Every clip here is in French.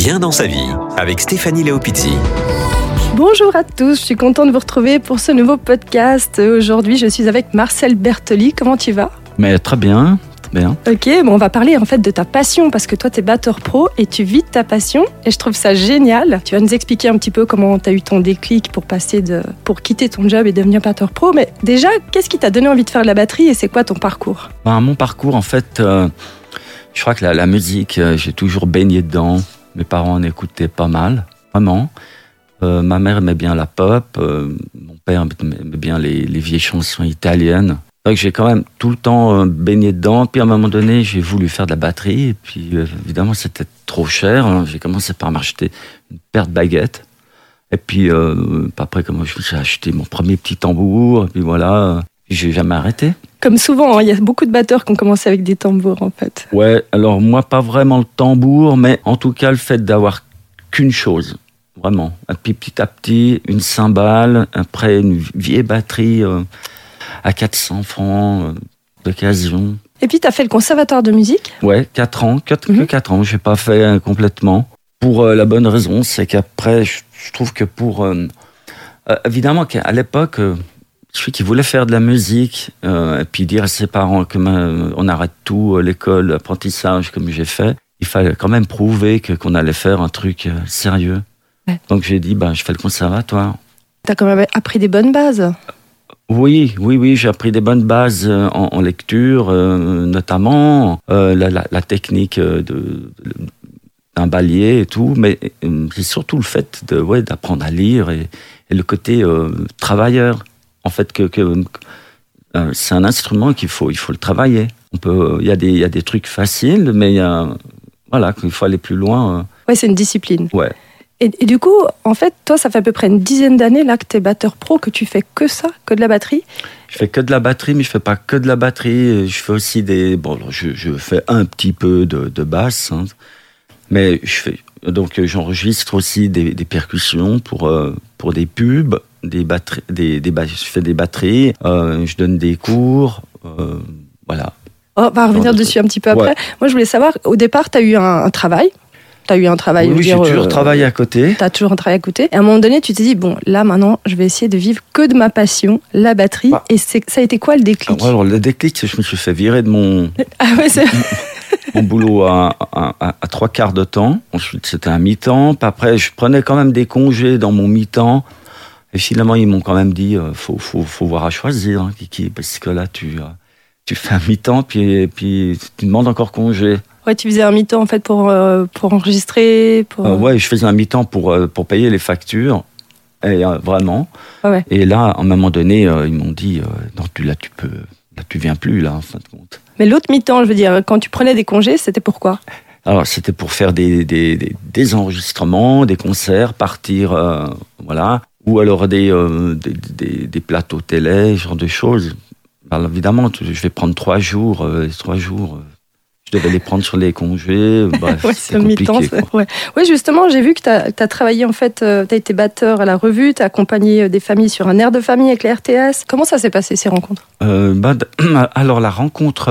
Bien dans sa vie, avec Stéphanie Léopizzi. Bonjour à tous, je suis contente de vous retrouver pour ce nouveau podcast. Aujourd'hui, je suis avec Marcel Bertoli. Comment tu vas ? Mais très bien, très bien. Ok, on va parler en fait de ta passion parce que toi, tu es batteur pro et tu vis de ta passion et je trouve ça génial. Tu vas nous expliquer un petit peu comment tu as eu ton déclic pour quitter ton job et devenir batteur pro. Mais déjà, qu'est-ce qui t'a donné envie de faire de la batterie et c'est quoi ton parcours ? Mon parcours, en fait, je crois que la musique, j'ai toujours baigné dedans. Mes parents en écoutaient pas mal, vraiment. Ma mère aimait bien la pop, mon père aimait bien les vieilles chansons italiennes. C'est vrai que j'ai quand même tout le temps baigné dedans. Puis à un moment donné, j'ai voulu faire de la batterie. Et puis évidemment, c'était trop cher. J'ai commencé par m'acheter une paire de baguettes. Et puis après, j'ai acheté mon premier petit tambour. Et puis voilà, j'ai jamais arrêté. Comme souvent, il y a beaucoup de batteurs qui ont commencé avec des tambours en fait. Ouais, alors moi, pas vraiment le tambour, mais en tout cas, le fait d'avoir qu'une chose. Vraiment. Et puis petit à petit, une cymbale, après une vieille batterie à 400 francs d'occasion. Et puis tu as fait le conservatoire de musique ? Ouais, 4 ans, que 4 ans. Je n'ai pas fait complètement. Pour la bonne raison, c'est qu'après, je trouve que évidemment qu'à l'époque, celui qui voulait faire de la musique, et puis dire à ses parents qu'on arrête tout, l'école, l'apprentissage, comme j'ai fait, il fallait quand même prouver qu'on allait faire un truc sérieux. Ouais. Donc j'ai dit, je fais le conservatoire. T'as quand même appris des bonnes bases. Oui, j'ai appris des bonnes bases en lecture, notamment la technique d'un ballier et tout, mais c'est surtout le fait d'apprendre à lire et le côté travailleur. En fait, c'est un instrument il faut le travailler. Il y a des trucs faciles, mais il faut aller plus loin. Ouais, c'est une discipline. Ouais. Et du coup, en fait, toi, ça fait à peu près une dizaine d'années là que tu es batteur pro, que tu fais que ça, que de la batterie. Je fais que de la batterie, mais je fais pas que de la batterie. Je fais aussi je fais un petit peu de basse, hein. Mais j'enregistre aussi des percussions pour des pubs, des batteries, je fais des batteries, je donne des cours, voilà. On va revenir dessus un petit peu après. Ouais. Moi, je voulais savoir, au départ, tu as eu un travail. T'as eu un travail. Oui, j'ai toujours travaillé à côté. T'as toujours un travail à côté. Et à un moment donné, tu t'es dit, là, maintenant, je vais essayer de vivre que de ma passion, la batterie. Et ça a été quoi le déclic ? Alors, le déclic, je me suis fait virer de mon boulot à 3/4 de temps. Ensuite, c'était un mi-temps. Puis après, je prenais quand même des congés dans mon mi-temps. Et finalement, ils m'ont quand même dit, faut voir à choisir, hein, Kiki, parce que là, tu fais un mi-temps, puis tu demandes encore congé. Ouais, tu faisais un mi-temps en fait pour enregistrer. Ouais, je faisais un mi-temps pour payer les factures, et vraiment. Ouais. Et là, à un moment donné, ils m'ont dit non, tu viens plus là, en fin de compte. Mais l'autre mi-temps, je veux dire, quand tu prenais des congés, c'était pourquoi ? Alors, c'était pour faire des enregistrements, des concerts, partir, voilà, ou alors des plateaux télé, ce genre de choses. Alors, évidemment, je vais prendre 3 jours, je devais les prendre sur les congés. Ouais, c'est mi-temps. Ouais, justement, j'ai vu que tu as travaillé, en fait, tu as été batteur à la revue, tu as accompagné des familles sur un air de famille avec les RTS. Comment ça s'est passé, ces rencontres ? Alors, la rencontre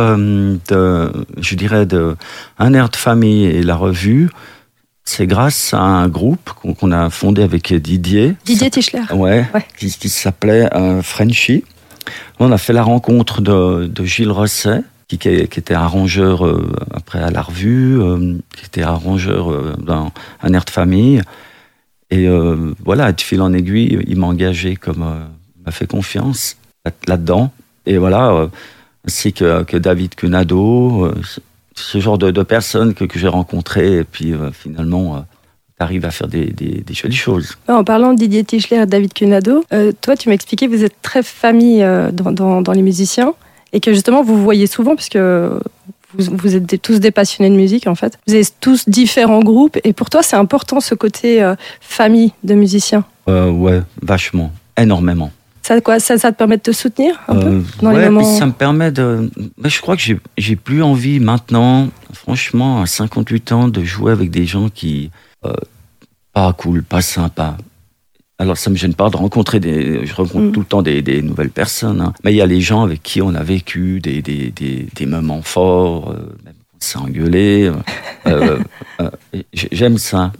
un air de famille et la revue, c'est grâce à un groupe qu'on a fondé avec Didier. Didier Tischler. Ouais. Qui s'appelait Frenchy. On a fait la rencontre de Gilles Rosset, qui était arrangeur après à la revue, qui était arrangeur dans un air de famille. Et voilà, de fil en aiguille, il m'a engagé il m'a fait confiance là-dedans. Et voilà, ainsi que David Cunado, ce genre de personnes que j'ai rencontrées. Et puis finalement, t'arrives à faire des jolies choses. En parlant de Didier Tischler et David Cunado, toi, tu m'expliquais que vous êtes très famille dans les musiciens. Et que justement, vous voyez souvent, puisque vous êtes tous des passionnés de musique, en fait. Vous avez tous différents groupes. Et pour toi, c'est important, ce côté famille de musiciens ? Ouais, vachement. Énormément. Ça te permet de te soutenir un peu dans les moments... puis ça me permet de... Je crois que j'ai plus envie maintenant, franchement, à 58 ans, de jouer avec des gens qui... pas cool, pas sympa. Alors, ça me gêne pas de rencontrer je rencontre tout le temps des nouvelles personnes, hein. Mais il y a les gens avec qui on a vécu des moments forts, même quand on s'est engueulé. J'aime ça.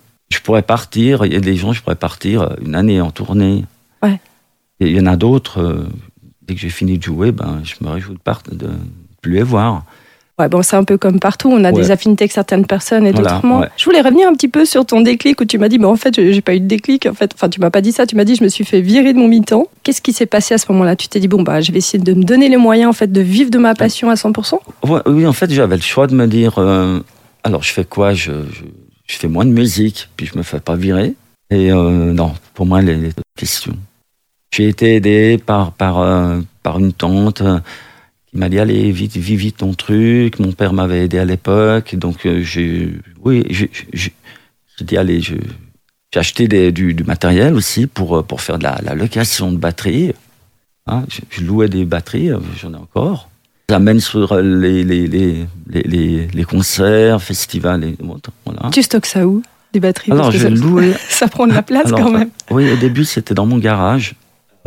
pourrais partir, il y a des gens, je pourrais partir une année en tournée. Ouais. Et il y en a d'autres, dès que j'ai fini de jouer, je me réjouis de plus les voir. Ouais, bon, c'est un peu comme partout, on a des affinités avec certaines personnes et d'autres moins. Ouais. Je voulais revenir un petit peu sur ton déclic où tu m'as dit, en fait, j'ai pas eu de déclic. En fait, enfin, tu m'as pas dit ça, tu m'as dit, je me suis fait virer de mon mi-temps. Qu'est-ce qui s'est passé à ce moment-là? Tu t'es dit, je vais essayer de me donner les moyens, en fait, de vivre de ma passion à 100%? Oui, en fait, j'avais le choix de me dire, alors je fais quoi? Je fais moins de musique, puis je me fais pas virer. Et non, pour moi, les questions. J'ai été aidé par une tante qui m'a dit, allez, vis vite ton truc. Mon père m'avait aidé à l'époque, donc j'ai dit, allez, j'ai acheté du matériel aussi pour faire de la location de batterie. Hein, je louais des batteries, j'en ai encore. J'amène sur les concerts, festivals et autres. Voilà. Tu stockes ça où, des batteries? Alors, je louais. Ça prend de la place quand même. Oui, au début, c'était dans mon garage.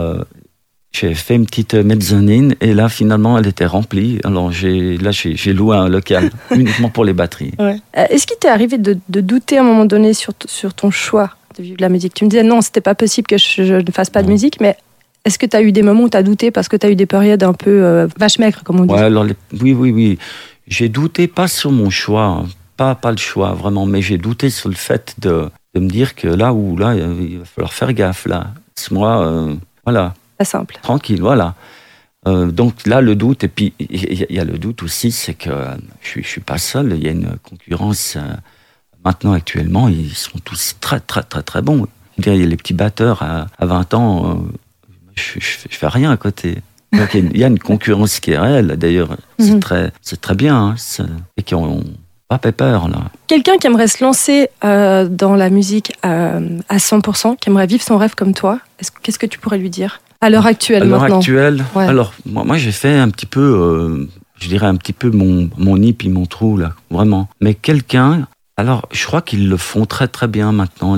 J'ai fait une petite mezzanine et là, finalement, elle était remplie. Alors, j'ai loué un local uniquement pour les batteries. Ouais. Est-ce qu'il t'est arrivé de douter à un moment donné sur ton choix de vivre de la musique? Tu me disais non, c'était pas possible que je ne fasse pas de musique, mais est-ce que tu as eu des moments où tu as douté parce que tu as eu des périodes un peu vache maigre, comme on dit? Ouais, alors oui. J'ai douté pas sur mon choix, pas le choix vraiment, mais j'ai douté sur le fait de me dire que là, il va falloir faire gaffe. Là. Moi, voilà. Pas simple. Tranquille, voilà. Donc là, le doute, et puis il y a le doute aussi, c'est que je suis pas seul, il y a une concurrence. Maintenant, actuellement, ils sont tous très, très, très, très bons. Il y a les petits batteurs à 20 ans, je fais rien à côté. Donc il y a une concurrence qui est réelle. D'ailleurs, c'est très bien. Hein, et qui ont pas peur, là. Quelqu'un qui aimerait se lancer dans la musique à 100%, qui aimerait vivre son rêve comme toi, qu'est-ce que tu pourrais lui dire à l'heure actuelle maintenant? À l'heure actuelle, ouais. Alors moi j'ai fait un petit peu, je dirais un petit peu mon nid puis mon trou là, vraiment. Mais quelqu'un, alors je crois qu'ils le font très très bien maintenant,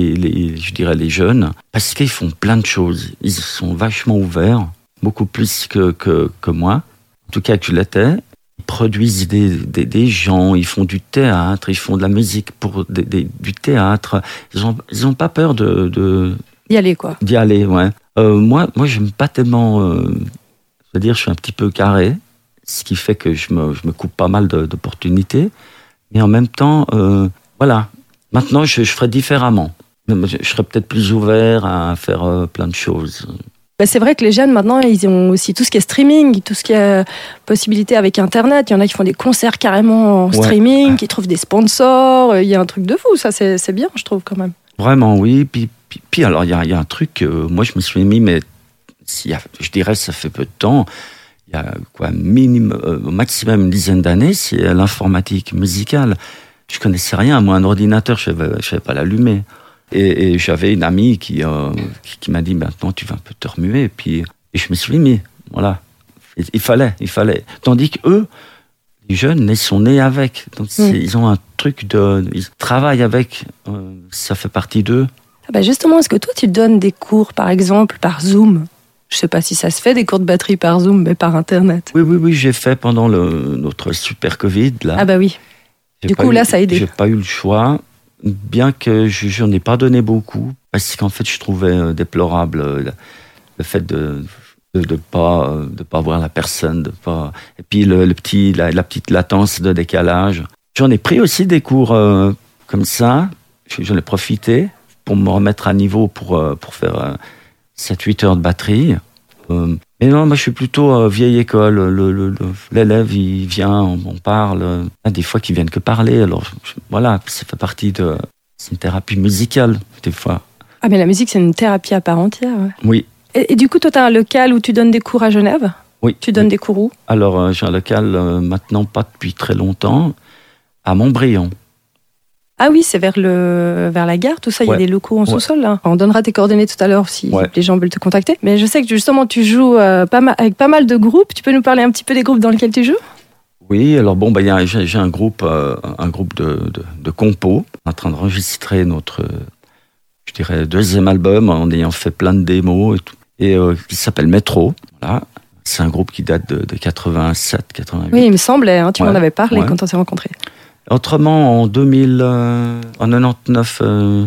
je dirais les jeunes, parce qu'ils font plein de choses. Ils sont vachement ouverts, beaucoup plus que moi. En tout cas que je l'étais. Ils produisent des gens, ils font du théâtre, ils font de la musique pour du théâtre. Ils ont pas peur d'y aller, quoi. D'y aller, ouais. Moi, j'aime pas tellement. C'est-à-dire, je suis un petit peu carré, ce qui fait que je me coupe pas mal d'opportunités. Mais en même temps, voilà. Maintenant, je ferais différemment. Je serais peut-être plus ouvert à faire plein de choses. C'est vrai que les jeunes, maintenant, ils ont aussi tout ce qui est streaming, tout ce qui est possibilité avec Internet. Il y en a qui font des concerts carrément en streaming, qui trouvent des sponsors. Il y a un truc de fou, ça, c'est bien, je trouve, quand même. Vraiment, oui. Puis alors, il y a un truc, moi, je me suis mis, mais je dirais, ça fait peu de temps, il y a au maximum une dizaine d'années, c'est l'informatique musicale. Je connaissais rien, moi, un ordinateur, je savais pas l'allumer. Et j'avais une amie qui m'a dit, maintenant, tu vas un peu te remuer. Et je me suis mis, voilà. Il fallait. Tandis qu'eux, les jeunes, ils sont nés avec. Donc, ils ont un truc ils travaillent avec. Ça fait partie d'eux. Justement, est-ce que toi, tu donnes des cours, par exemple, par Zoom? Je sais pas si ça se fait, des cours de batterie par Zoom, mais par Internet. Oui, j'ai fait pendant notre super Covid, là. Ah bah oui. Du coup, là, ça a aidé. J'ai pas eu le choix, bien que je n'en ai pas donné beaucoup, parce qu'en fait, je trouvais déplorable le fait de pas voir la personne, et puis la petite latence de décalage. J'en ai pris aussi des cours comme ça, j'en ai profité pour me remettre à niveau pour faire 7-8 heures de batterie. Mais non, moi je suis plutôt vieille école. L'élève, il vient, on parle. Il y a des fois qu'ils viennent que parler. Alors voilà, ça fait partie c'est une thérapie musicale, des fois. Ah, mais la musique, c'est une thérapie à part entière. Ouais. Oui. Et du coup, toi, tu as un local où tu donnes des cours à Genève? Oui. Tu donnes des cours où? Alors, j'ai un local maintenant, pas depuis très longtemps, à Montbrion. Ah oui, c'est vers la gare, tout ça, il y a des locaux en sous-sol, là. On donnera tes coordonnées tout à l'heure si les gens veulent te contacter. Mais je sais que justement, tu joues avec pas mal de groupes. Tu peux nous parler un petit peu des groupes dans lesquels tu joues? Oui, alors bon, j'ai un groupe de compos, en train d'enregistrer notre, je dirais, deuxième album, en ayant fait plein de démos et tout, et qui s'appelle Métro. Voilà. C'est un groupe qui date de 87, 88. Oui, il me semblait, tu m'en avais parlé quand on s'est rencontrés. Autrement, en 99,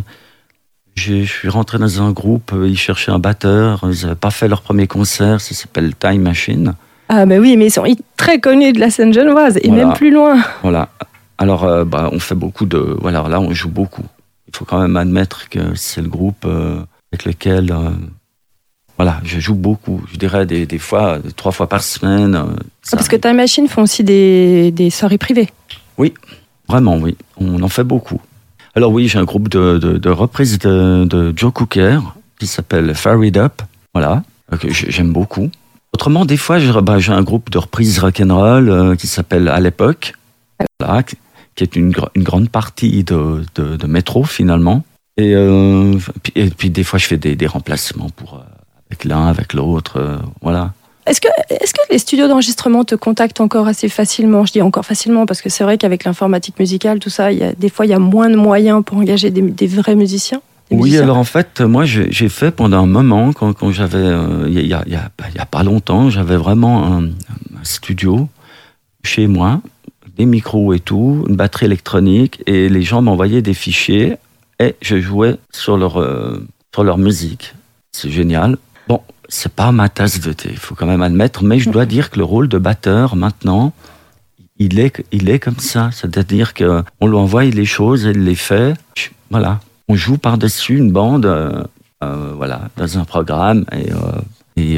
je suis rentré dans un groupe, ils cherchaient un batteur, ils n'avaient pas fait leur premier concert, ça s'appelle Time Machine. Ah bah oui, mais ils sont très connus de la scène genevoise, et Voilà. même plus loin. Voilà. Alors, on fait beaucoup de... Voilà, là, on joue beaucoup. Il faut quand même admettre que c'est le groupe avec lequel... voilà, je joue beaucoup. Je dirais des fois, 3 fois par semaine. Parce que Time Machine font aussi des soirées privées. Oui, vraiment, oui. On en fait beaucoup. Alors oui, j'ai un groupe de reprises de Joe Cooker qui s'appelle Fire It Up. Voilà, que j'aime beaucoup. Autrement, des fois, j'ai un groupe de reprises rock'n'roll qui s'appelle À l'époque. Voilà, qui est une grande partie de métro, finalement. Et puis des fois, je fais des remplacements avec l'un, avec l'autre. Voilà. Est-ce que les studios d'enregistrement te contactent encore assez facilement ? Je dis encore facilement parce que c'est vrai qu'avec l'informatique musicale, tout ça, des fois, il y a moins de moyens pour engager des vrais musiciens. Oui, alors en fait, moi, j'ai fait pendant un moment, quand j'avais, il y a pas longtemps, j'avais vraiment un studio chez moi, des micros et tout, une batterie électronique, et les gens m'envoyaient des fichiers et je jouais sur leur musique. C'est génial. Bon, c'est pas ma tasse de thé, il faut quand même admettre, mais je dois dire que le rôle de batteur, maintenant, il est comme ça. C'est-à-dire qu'on lui envoie les choses, il les fait. Voilà. On joue par-dessus une bande, voilà, dans un programme, et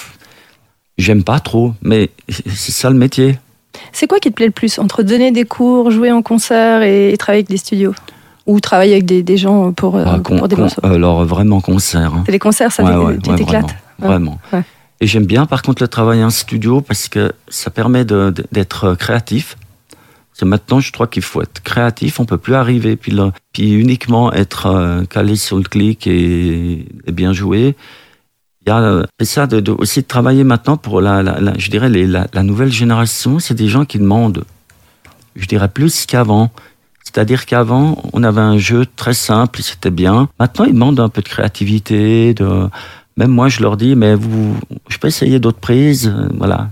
j'aime pas trop, mais c'est ça le métier. C'est quoi qui te plaît le plus entre donner des cours, jouer en concert et travailler avec des studios ? Ou travailler avec des gens pour des morceaux ? Alors, vraiment concert. Hein. C'est les concerts, ça t'éclate ? Vraiment. Ouais. Et j'aime bien, par contre, le travail en studio parce que ça permet d'être créatif. Parce que maintenant, je crois qu'il faut être créatif. On peut plus arriver puis uniquement être calé sur le clic et bien jouer. Il y a ça aussi de travailler maintenant pour je dirais la nouvelle génération. C'est des gens qui demandent, je dirais, plus qu'avant. C'est-à-dire qu'avant, on avait un jeu très simple, c'était bien. Maintenant, ils demandent un peu de créativité. Même moi, je leur dis, mais je peux essayer d'autres prises. Voilà.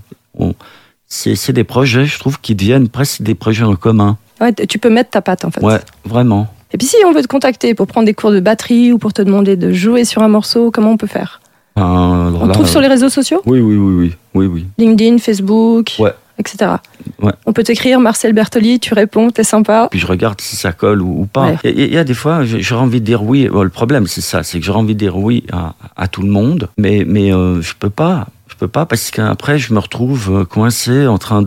C'est des projets, je trouve, qui deviennent presque des projets en commun. Ouais, tu peux mettre ta patte, en fait. Ouais, vraiment. Et puis, si on veut te contacter pour prendre des cours de batterie ou pour te demander de jouer sur un morceau, comment on peut faire ? On te trouve sur les réseaux sociaux ? Oui. LinkedIn, Facebook, ouais. etc. Ouais. On peut t'écrire Marcel Bertoli, tu réponds, t'es sympa. Puis je regarde si ça colle ou pas. Il y a des fois, j'aurais envie de dire oui. Bon, le problème, c'est ça, c'est que j'aurais envie de dire oui à tout le monde, mais je peux pas. Je peux pas parce qu'après, je me retrouve coincé en train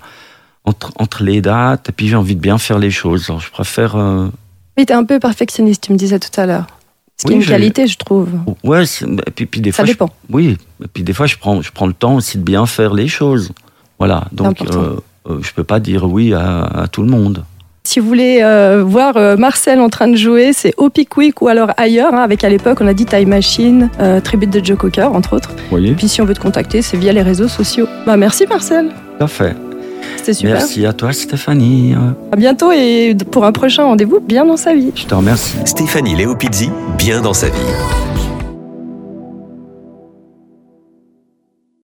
entre les dates, et puis j'ai envie de bien faire les choses. Alors, je préfère... Mais t'es un peu perfectionniste, tu me disais tout à l'heure. Ce qui est une qualité, je trouve. Ouais, et puis des fois... Ça dépend. Oui, et puis des fois, je prends le temps aussi de bien faire les choses. Voilà, donc je peux pas dire oui à tout le monde. Si vous voulez voir Marcel en train de jouer, c'est au Pickwick ou alors ailleurs, hein, avec à l'époque, on a dit Time Machine, tribute de Joe Cocker, entre autres. Oui. Et puis si on veut te contacter, c'est via les réseaux sociaux. Merci Marcel. Tout à fait. C'était super. Merci à toi Stéphanie. À bientôt et pour un prochain rendez-vous, bien dans sa vie. Je te remercie. Stéphanie Léopizzi, bien dans sa vie.